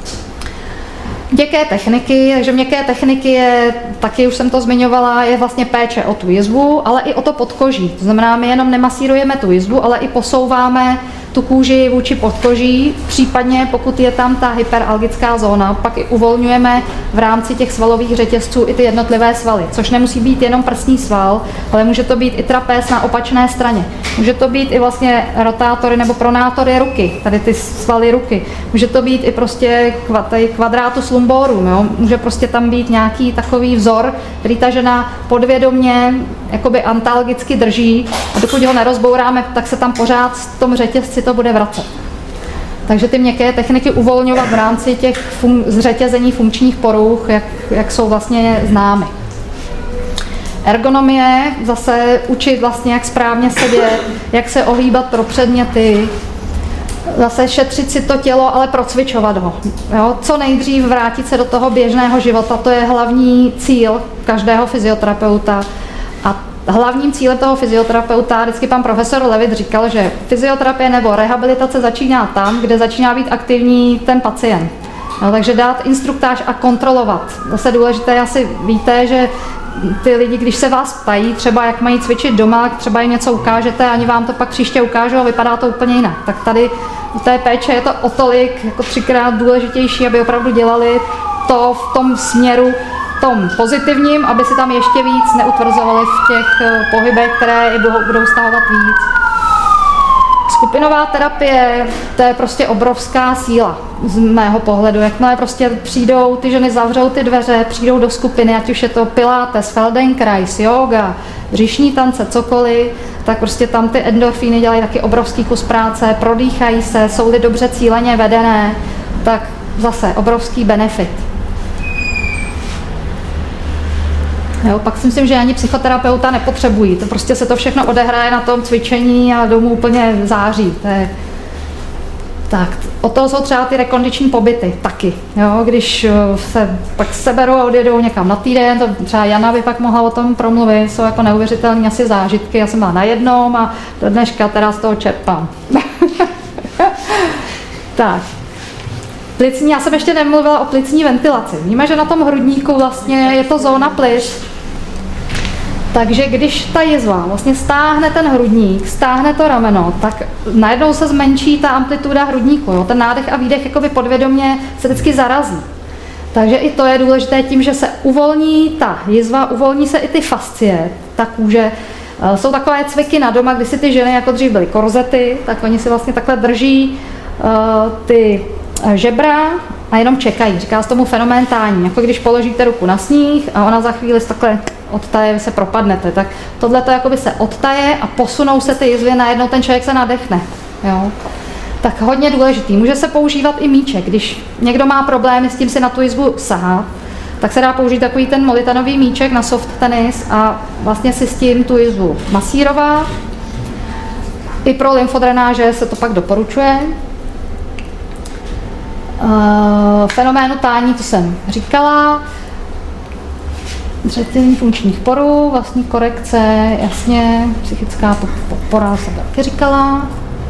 Měkké techniky, takže měkké techniky je, taky už jsem to zmiňovala, je vlastně péče o tu jizvu, ale i o to podkoží. To znamená, my jenom nemasírujeme tu jizvu, ale i posouváme tu kůži vůči podkoží, případně pokud je tam ta hyperalgická zóna, pak i uvolňujeme v rámci těch svalových řetězců i ty jednotlivé svaly, což nemusí být jenom prsní sval, ale může to být i trapéz na opačné straně. Může to být i vlastně rotátory nebo pronátory ruky, tady ty svaly ruky. Může to být i prostě quadratus lumborum, jo? Může prostě tam být nějaký takový vzor, který ta žena podvědomě jakoby antalgicky drží a dokud ho nerozbouráme, tak se tam pořád v tom řetězci to bude vracet. Takže ty měkké techniky uvolňovat v rámci těch fun- zřetězení funkčních poruch, jak, jak jsou vlastně známy. Ergonomie, zase učit vlastně, jak správně sedět, jak se ohýbat pro předměty, zase šetřit si to tělo, ale procvičovat ho. Jo? Co nejdřív vrátit se do toho běžného života, to je hlavní cíl každého fyzioterapeuta. A hlavním cílem toho fyzioterapeuta, vždycky pan profesor Levitt říkal, že fyzioterapie nebo rehabilitace začíná tam, kde začíná být aktivní ten pacient. No, takže dát instruktáž a kontrolovat. Zase důležité, asi víte, že ty lidi, když se vás ptají, třeba jak mají cvičit doma, třeba jim něco ukážete, ani vám to pak příště ukážou a vypadá to úplně jinak. Tak tady u té péče je to o tolik jako třikrát důležitější, aby opravdu dělali to v tom směru, tom pozitivním, aby si tam ještě víc neutvrzovali v těch pohybech, které budou stahovat víc. Skupinová terapie, to je prostě obrovská síla z mého pohledu. Jakmile prostě přijdou, ty ženy zavřou ty dveře, přijdou do skupiny, ať už je to pilates, feldenkrais, yoga, břišní tance, cokoliv, tak prostě tam ty endorfíny dělají taky obrovský kus práce, prodýchají se, jsou-li dobře cíleně vedené, tak zase obrovský benefit. Jo, pak si myslím, že ani psychoterapeuta nepotřebují. To prostě se to všechno odehraje na tom cvičení a domů úplně září. To je... Tak, o toho jsou třeba ty rekondiční pobyty taky. Jo, když se pak seberou a odjedou někam na týden, to třeba Jana by pak mohla o tom promluvit, jsou jako neuvěřitelné asi zážitky. Já jsem byla na jednom a do dneška teda z toho čerpám. Tak. Plicní, já jsem ještě nemluvila o plicní ventilaci. Víme, že na tom hrudníku vlastně je to zóna plic. Takže když ta jizva vlastně stáhne ten hrudník, stáhne to rameno, tak najednou se zmenší ta amplituda hrudníku. Jo? Ten nádech a výdech jakoby podvědomě se vždycky zarazí. Takže i to je důležité tím, že se uvolní ta jizva, uvolní se i ty fascie, ta kůže, Jsou takové cviky na doma, kdy si ty ženy, jako dřív byly korzety, tak oni si vlastně takhle drží ty žebra a jenom čekají. Říká se tomu fenomén tání, jako když položíte ruku na sníh a ona za chvíli takhle odtaje, vy se propadnete. Tak tohle to jakoby se odtaje a posunou se ty jizvy, najednou ten člověk se nadechne. Jo? Tak hodně důležitý. Může se používat i míček. Když někdo má problémy s tím si na tu jizvu sahat, tak se dá použít takový ten molitanový míček na soft tenis a vlastně si s tím tu jizvu masírovat. I pro lymfodrenáže se to pak doporučuje. Uh, fenoménu tání, to jsem říkala. Třetiny funkčních porů, vlastní korekce, jasně, psychická podpora, jsem taky říkala.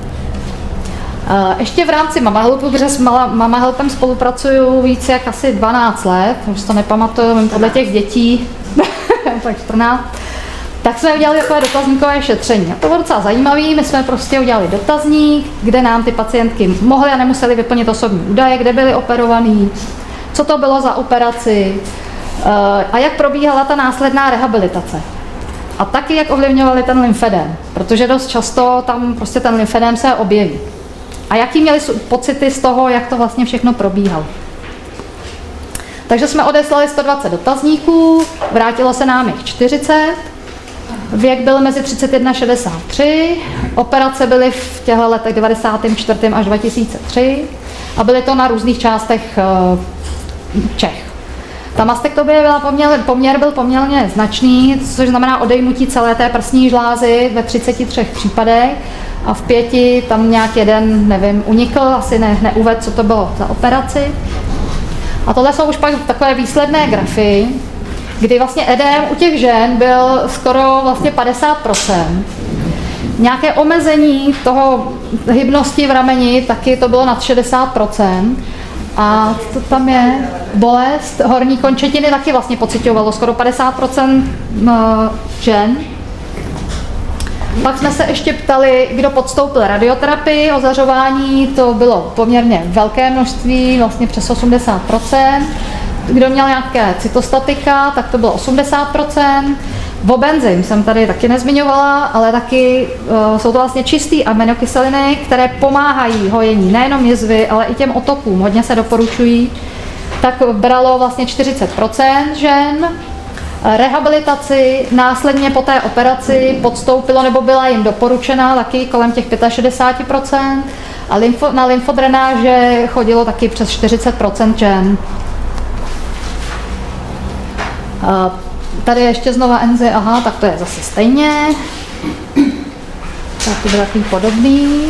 Ještě v rámci Mama Helpu, protože s Mama Helpem spolupracuju více jak asi dvanáct let, už to nepamatuju, vím podle těch dětí, tak čtrnáct, tak jsme udělali takové dotazníkové šetření. A to bylo docela zajímavé, my jsme prostě udělali dotazník, kde nám ty pacientky mohly a nemuseli vyplnit osobní údaje, kde byly operovaný, co to bylo za operaci a jak probíhala ta následná rehabilitace. A taky jak ovlivňovali ten lymfedem, protože dost často tam prostě ten lymfedem se objeví. A jaký měli pocity z toho, jak to vlastně všechno probíhalo. Takže jsme odeslali sto dvacet dotazníků, vrátilo se nám jich čtyřicet, věk byl mezi třicet jedna a šedesát tři, operace byly v těchto letech devadesát čtyři až dva tisíce tři a byly to na různých částech Čech. Ta mastektomie byla poměr, poměr byl poměrně značný, což znamená odejmutí celé té prsní žlázy ve třiceti třech případech a v pěti tam nějak jeden, nevím, unikl, asi ne, neuvedl, co to bylo za operaci. A tohle jsou už pak takové výsledné grafy, kdy vlastně edém u těch žen byl skoro vlastně padesát procent. Nějaké omezení toho hybnosti v rameni, taky to bylo nad šedesát procent. A to tam je bolest horní končetiny, taky vlastně pociťovalo skoro padesát procent žen. Pak jsme se ještě ptali, kdo podstoupil radioterapii, ozařování, to bylo poměrně velké množství, vlastně přes osmdesát procent. Kdo měl nějaké cytostatika, tak to bylo osmdesát procent. Vobenzym jsem tady taky nezmiňovala, ale taky uh, jsou to vlastně čistý aminokyseliny, které pomáhají hojení nejenom jizvy, ale i těm otokům, hodně se doporučují. Tak bralo vlastně čtyřicet procent žen. Rehabilitaci následně po té operaci podstoupilo nebo byla jim doporučena taky kolem těch šedesát pět procent a lymfo, na lymfodrenáže chodilo taky přes čtyřicet procent žen. Uh, Tady ještě znova enzy, aha, tak to je zase stejně. Tak to byl takový podobný.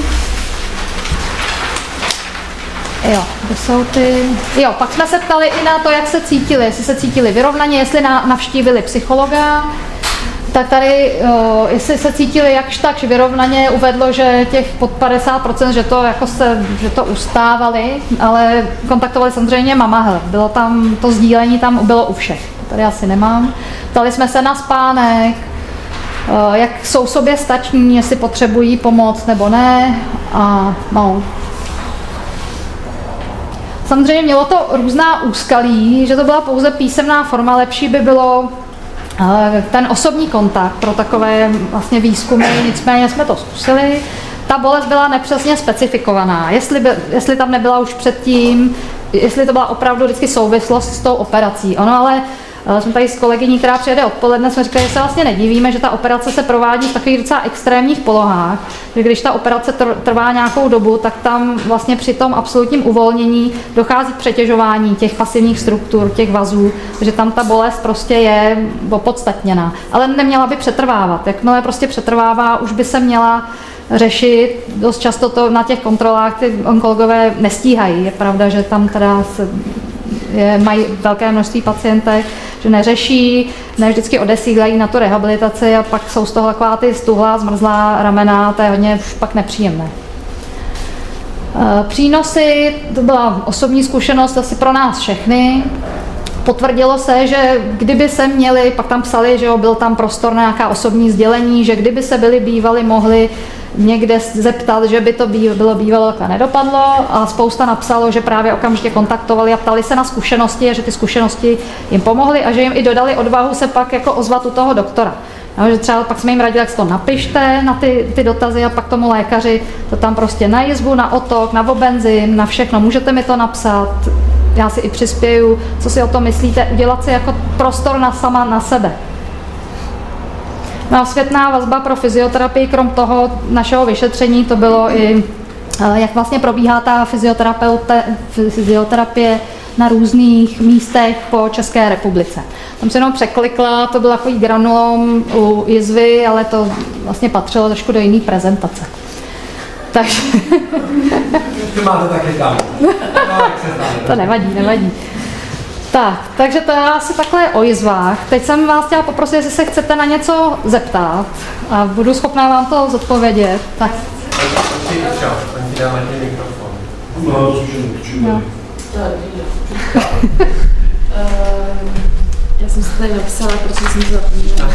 Jo, kde jsou ty... Jo, pak jsme se ptali i na to, jak se cítili, jestli se cítili vyrovnaně, jestli navštívili psychologa. Tak tady, jo, jestli se cítili jakž tak vyrovnaně, uvedlo, že těch pod padesát procent, že to, jako se, že to ustávali, ale kontaktovali samozřejmě Mama Help. Bylo tam, to sdílení tam bylo u všech. Tady asi nemám. Ptali jsme se na spánek, jak jsou sobě stační, jestli potřebují pomoc nebo ne. A no. Samozřejmě mělo to různá úskalí, že to byla pouze písemná forma, lepší by bylo ten osobní kontakt pro takové vlastně výzkumy, nicméně jsme to zkusili. Ta bolest byla nepřesně specifikovaná, jestli, by, jestli tam nebyla už předtím, jestli to byla opravdu vždycky souvislost s tou operací. Ono ale jsme tady s kolegyní, která přijede odpoledne, jsme říkali, že se vlastně nedivíme, že ta operace se provádí v takových docela extrémních polohách, že když ta operace trvá nějakou dobu, tak tam vlastně při tom absolutním uvolnění dochází k přetěžování těch pasivních struktur, těch vazů, že tam ta bolest prostě je opodstatněná, ale neměla by přetrvávat. Jakmile prostě přetrvává, už by se měla řešit, dost často to na těch kontrolách ty onkologové nestíhají. Je pravda, že tam teda se Je, mají velké množství pacientek, že neřeší, ne vždycky odesílají na tu rehabilitaci a pak jsou z toho taková ty stuhlá, zmrzlá ramena, to je hodně pak nepříjemné. Přínosy, to byla osobní zkušenost asi pro nás všechny. Potvrdilo se, že kdyby se měli, pak tam psali, že jo, byl tam prostor na nějaká osobní sdělení, že kdyby se byli bývali, mohli někde zeptat, že by to bylo bývalo, takhle nedopadlo a spousta napsalo, že právě okamžitě kontaktovali a ptali se na zkušenosti a že ty zkušenosti jim pomohly a že jim i dodali odvahu se pak jako ozvat u toho doktora. No, že třeba pak jsme jim radili, jak si to napište na ty, ty dotazy a pak tomu lékaři to tam prostě na jizvu, na otok, na obenzym, na všechno. Můžete mi to napsat, já si i přispěju, co si o tom myslíte, udělat si jako prostor na sama na sebe. No, zpětná vazba pro fyzioterapii, krom toho našeho vyšetření, to bylo i, jak vlastně probíhá ta fyzioterapie na různých místech po České republice. Tam se jenom překlikla, to byl takový granulom u jizvy, ale to vlastně patřilo trošku do jiné prezentace. Takže... To máte taky tam. To nevadí, nevadí. Tak, takže to je asi takhle o jizvách. Teď jsem vás chtěla poprosit, jestli se chcete na něco zeptat a budu schopná vám to zodpovědět. Tak. No. Já jsem si tady napsala, protože jsem se zapomněla.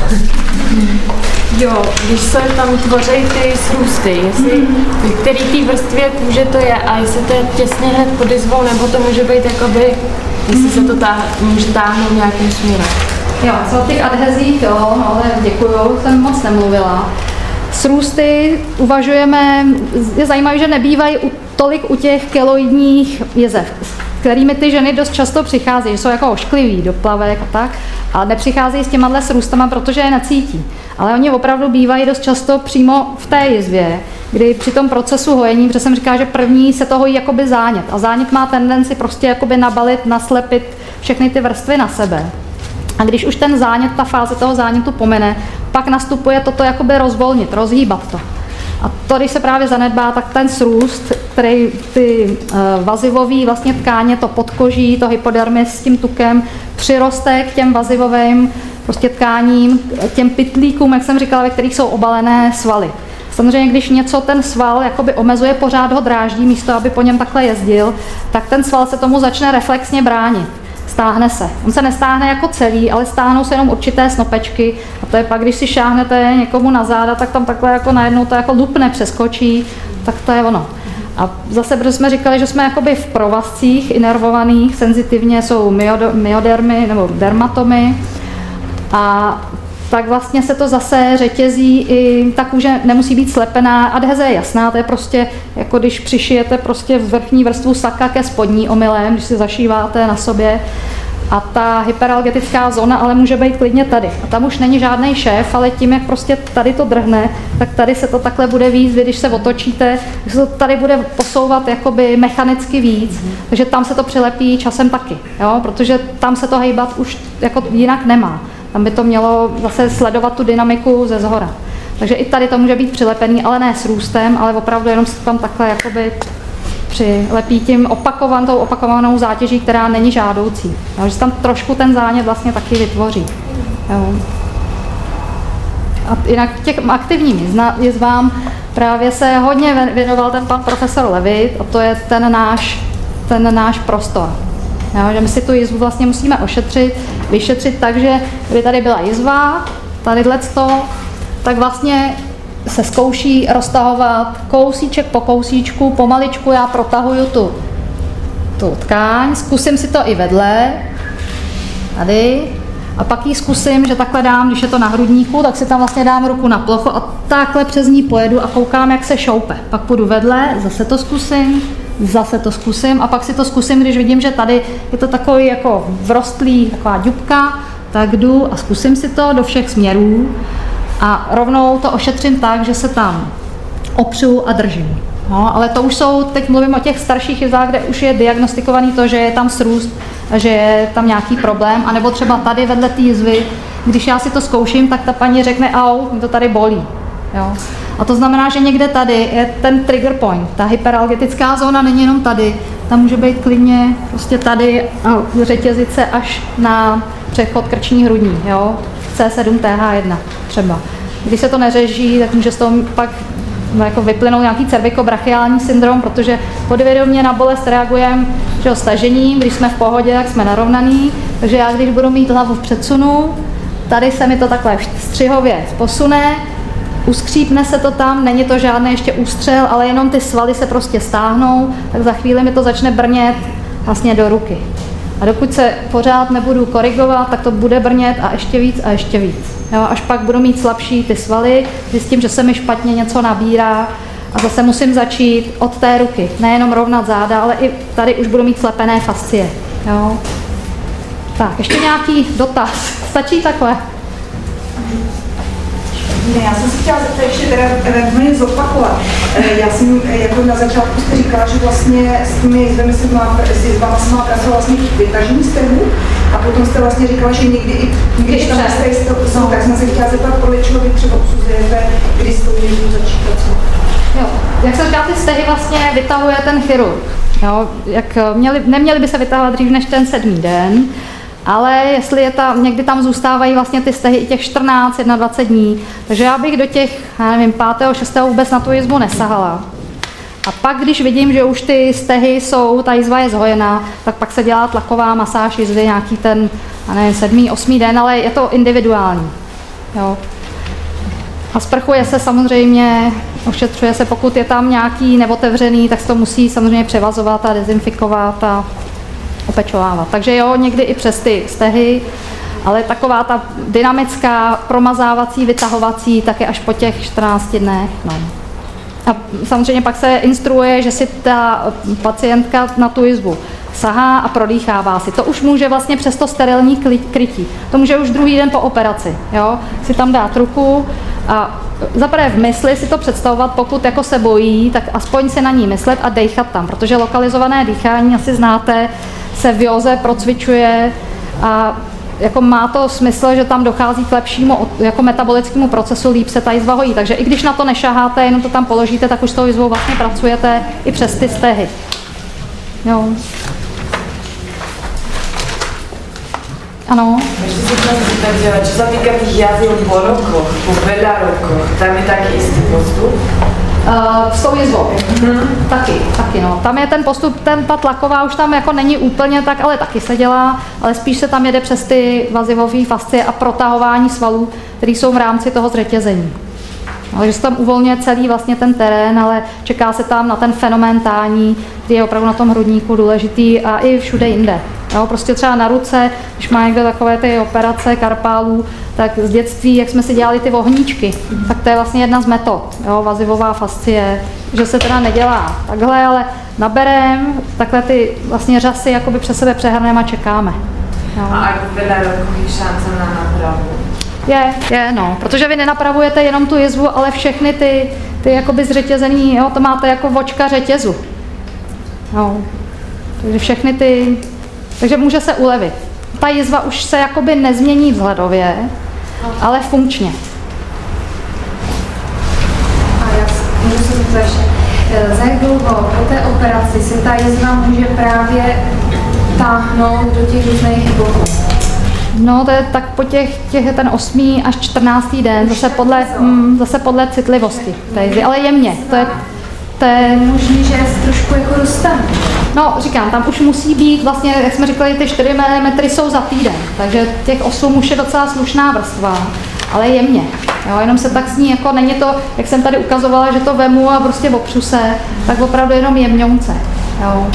Jo, když se tam tvoří ty srůsty, jestli v který té vrstvě kůže to je a jestli to je těsně hned pod jizvou, nebo to může být jakoby, jestli se to táh, může táhnout nějakým směrem. Jo, co o těch adhezích, jo, no, ale děkuju, jsem moc nemluvila. Srůsty uvažujeme, je zajímavé, že nebývají u, tolik u těch keloidních jezev, kterými ty ženy dost často přicházejí, že jsou jako oškliví do plavek a tak, ale nepřicházejí s těma srůstama, protože je necítí. Ale oni opravdu bývají dost často přímo v té jizvě, kdy při tom procesu hojení, protože jsem říkala, že první se to hojí jakoby zánět a zánět má tendenci prostě jakoby nabalit, naslepit všechny ty vrstvy na sebe. A když už ten zánět, ta fáze toho zánětu pomine, pak nastupuje toto jakoby rozvolnit, rozhýbat to. A to, když se právě zanedbá, tak ten srůst, který ty uh, vazivový vlastně tkáně, to podkoží, to hypodermis s tím tukem, přiroste k těm vazivovým prostě tkáním, k těm pytlíkům, jak jsem říkala, ve kterých jsou obalené svaly. Samozřejmě, když něco ten sval jakoby omezuje, pořád ho dráždí, místo aby po něm takhle jezdil, tak ten sval se tomu začne reflexně bránit. Stáhne se. On se nestáhne jako celý, ale stáhnou se jenom určité snopečky a to je pak, když si šáhnete někomu na záda, tak tam takhle jako najednou to jako lupne, přeskočí, tak to je ono. A zase, protože jsme říkali, že jsme jakoby v provazcích inervovaných, senzitivně jsou myodermy nebo dermatomy a tak vlastně se to zase řetězí, i ta kůže nemusí být slepená, adheze je jasná, to je prostě jako když přišijete prostě vrchní vrstvu saka ke spodní omylem, když si zašíváte na sobě a ta hyperalgetická zóna ale může být klidně tady a tam už není žádný šéf, ale tím, jak prostě tady to drhne, tak tady se to takhle bude víc, když se otočíte, že se to tady bude posouvat jakoby mechanicky víc, takže tam se to přilepí časem taky, jo? Protože tam se to hejbat už jako jinak nemá. Tam by to mělo zase sledovat tu dynamiku ze zhora. Takže i tady to může být přilepený, ale ne s růstem, ale opravdu jenom se tam takhle jakoby přilepí tím opakovanou, tou opakovanou zátěží, která není žádoucí. Jo, že tam trošku ten zánět vlastně taky vytvoří. Jo. A jinak těch aktivním jizvám právě se hodně věnoval ten pan profesor Levit a to je ten náš, ten náš prostor. Jo, že my si tu jizvu vlastně musíme ošetřit, vyšetřit tak, že kdyby tady byla jizva, tadyhleto, tak vlastně se zkouší roztahovat kousíček po kousíčku, pomaličku já protahuju tu, tu tkáň, zkusím si to i vedle, tady, a pak ji zkusím, že takhle dám, když je to na hrudníku, tak si tam vlastně dám ruku na plochu a takhle přes ní pojedu a koukám, jak se šoupe. Pak půjdu vedle, zase to zkusím, zase to zkusím a pak si to zkusím, když vidím, že tady je to takový jako vrostlý, taková ďubka, tak jdu a zkusím si to do všech směrů a rovnou to ošetřím tak, že se tam opřu a držím. No, ale to už jsou, teď mluvím o těch starších jizvách, kde už je diagnostikovaný to, že je tam srůst, že je tam nějaký problém, anebo třeba tady vedle té jizvy, když já si to zkouším, tak ta paní řekne, au, mě to tady bolí. Jo. A to znamená, že někde tady je ten trigger point, ta hyperalgetická zóna není jenom tady, tam může být klidně prostě tady a řetězit se až na přechod krční hrudní, jo, C sedm T H jedna třeba. Když se to neřeší, tak může z toho pak jako vyplynout nějaký cervikobrachiální syndrom, protože podvědomě na bolest reagujeme stažením, když jsme v pohodě, tak jsme narovnaný, takže já když budu mít hlavu v předsunu, tady se mi to takhle střihově posune, uskřípne se to tam, není to žádný ještě ústřel, ale jenom ty svaly se prostě stáhnou, tak za chvíli mi to začne brnět vlastně do ruky. A dokud se pořád nebudu korigovat, tak to bude brnět a ještě víc a ještě víc. Jo, až pak budu mít slabší ty svaly, zjistím, že se mi špatně něco nabírá a zase musím začít od té ruky. Nejenom rovnat záda, ale i tady už budu mít slepené fascie. Jo. Tak, ještě nějaký dotaz. Stačí takhle? Ne, já jsem si chtěla zeptat ještě teda mě zopakovat. Já jsem jako na začátku jste říkala, že vlastně s těmi jizvami se má, s jizvama se má pracovat vlastně vytažení z trhu a potom jste vlastně říkala, že někdy i když tam jste jsou, tak jsem se chtěla zeptat, podle čeho vy třeba obsuzujete, kdy s tou jizvou začít pracovat. Jo, jak jsem říkala, ty stehy vlastně vytahuje ten chirurg. Jo, jak měli, neměli by se vytahovat dřív než ten sedmý den, ale jestli je tam, někdy tam zůstávají vlastně ty stehy i těch čtrnáct, dvacet jedna dní, takže já bych do těch, já nevím, pátého, šestého vůbec na tu jizvu nesahala. A pak, když vidím, že už ty stehy jsou, ta jizva je zhojená, tak pak se dělá tlaková masáž jizvy nějaký ten, já nevím, sedmý, osmý den, ale je to individuální. Jo. A sprchuje se samozřejmě, ošetřuje se, pokud je tam nějaký neotevřený, tak se to musí samozřejmě převazovat a dezinfikovat a opečovávat. Takže jo, někdy i přes ty stehy, ale taková ta dynamická, promazávací, vytahovací, tak je až po těch čtrnácti dnech. No. A samozřejmě pak se instruuje, že si ta pacientka na tu jizvu sahá a prodýchává si. To už může vlastně přes to sterilní krytí. To může už druhý den po operaci. Jo? Si tam dát ruku a zaprvé v mysli si to představovat, pokud jako se bojí, tak aspoň si na ní myslet a dejchat tam, protože lokalizované dýchání, asi znáte, se v józe procvičuje a jako má to smysl, že tam dochází k lepšímu jako metabolickému procesu, líp se ta jizva hojí. Takže i když na to nešaháte, jenom to tam položíte, tak už s tou jizvou vlastně pracujete i přes ty stehy. Jo. Ano. Ešte sa chcem spýtať, čo sa týka tých jaziv po rokoch, po veľa rokoch, tam je taký istý postup? Uh, s tou jizvou. Mm-hmm. Taky, taky no. Tam je ten postup, ten, ta tlaková už tam jako není úplně tak, ale taky se dělá, ale spíš se tam jede přes ty vazivové fascie a protahování svalů, které jsou v rámci toho zřetězení. No, takže se tam uvolňuje celý vlastně ten terén, ale čeká se tam na ten fenomén tání, který je opravdu na tom hrudníku důležitý a i všude jinde. Jo, prostě třeba na ruce, když má někdo takové ty operace karpálů, tak z dětství, jak jsme si dělali ty ohníčky, tak to je vlastně jedna z metod, jo, vazivová fascie, že se teda nedělá takhle, ale naberem, takhle ty vlastně řasy jakoby přes sebe přehrneme a čekáme. Jo. A ak veľa rokov je šance na nápravu? Je, je, no, protože vy nenapravujete jenom tu jizvu, ale všechny ty, ty jakoby zřetězený, jo, to máte jako vočka řetězu. Jo. Takže všechny ty, takže může se ulevit. Ta jizva už se jakoby nezmění vzhledově, ale funkčně. A já můžu se zeptat ještě, za jak dlouho po té operaci se ta jizva může právě táhnout do těch různých bloků? No, to je tak po těch, těch ten osmý až čtrnáctý den, zase podle, mm, zase podle citlivosti té jizvy, ale jemně. To je, to je možný, že trošku jako dostane. No, říkám, tam už musí být, vlastně, jak jsme říkali, ty čtyři milimetry jsou za týden, takže těch osm už je docela slušná vrstva, ale jemně. Jo, jenom se tak sní, jako není to, jak jsem tady ukazovala, že to vemu a prostě opřu se, tak opravdu jenom jemňonce. Jo.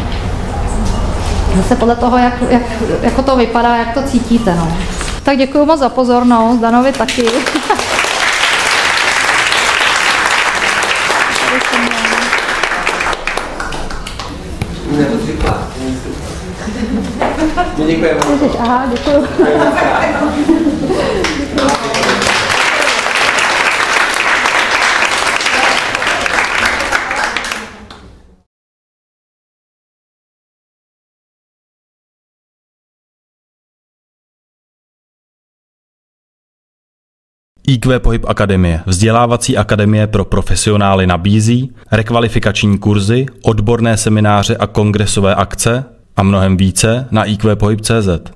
Zase podle toho, jak, jak, jako to vypadá, jak to cítíte. No. Tak děkuji moc za pozornost, Danovi taky. Neobvyklá. Děkujeme. Aha, děkuji. í kvé Pohyb Akademie, vzdělávací akademie pro profesionály, nabízí rekvalifikační kurzy, odborné semináře a kongresové akce a mnohem více na í kvé pohyb tečka cé zet.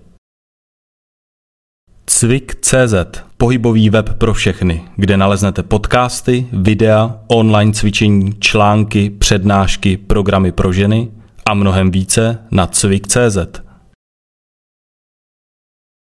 Cvik tečka cé zet, pohybový web pro všechny, kde naleznete podcasty, videa, online cvičení, články, přednášky, programy pro ženy a mnohem více na cvik tečka cé zet.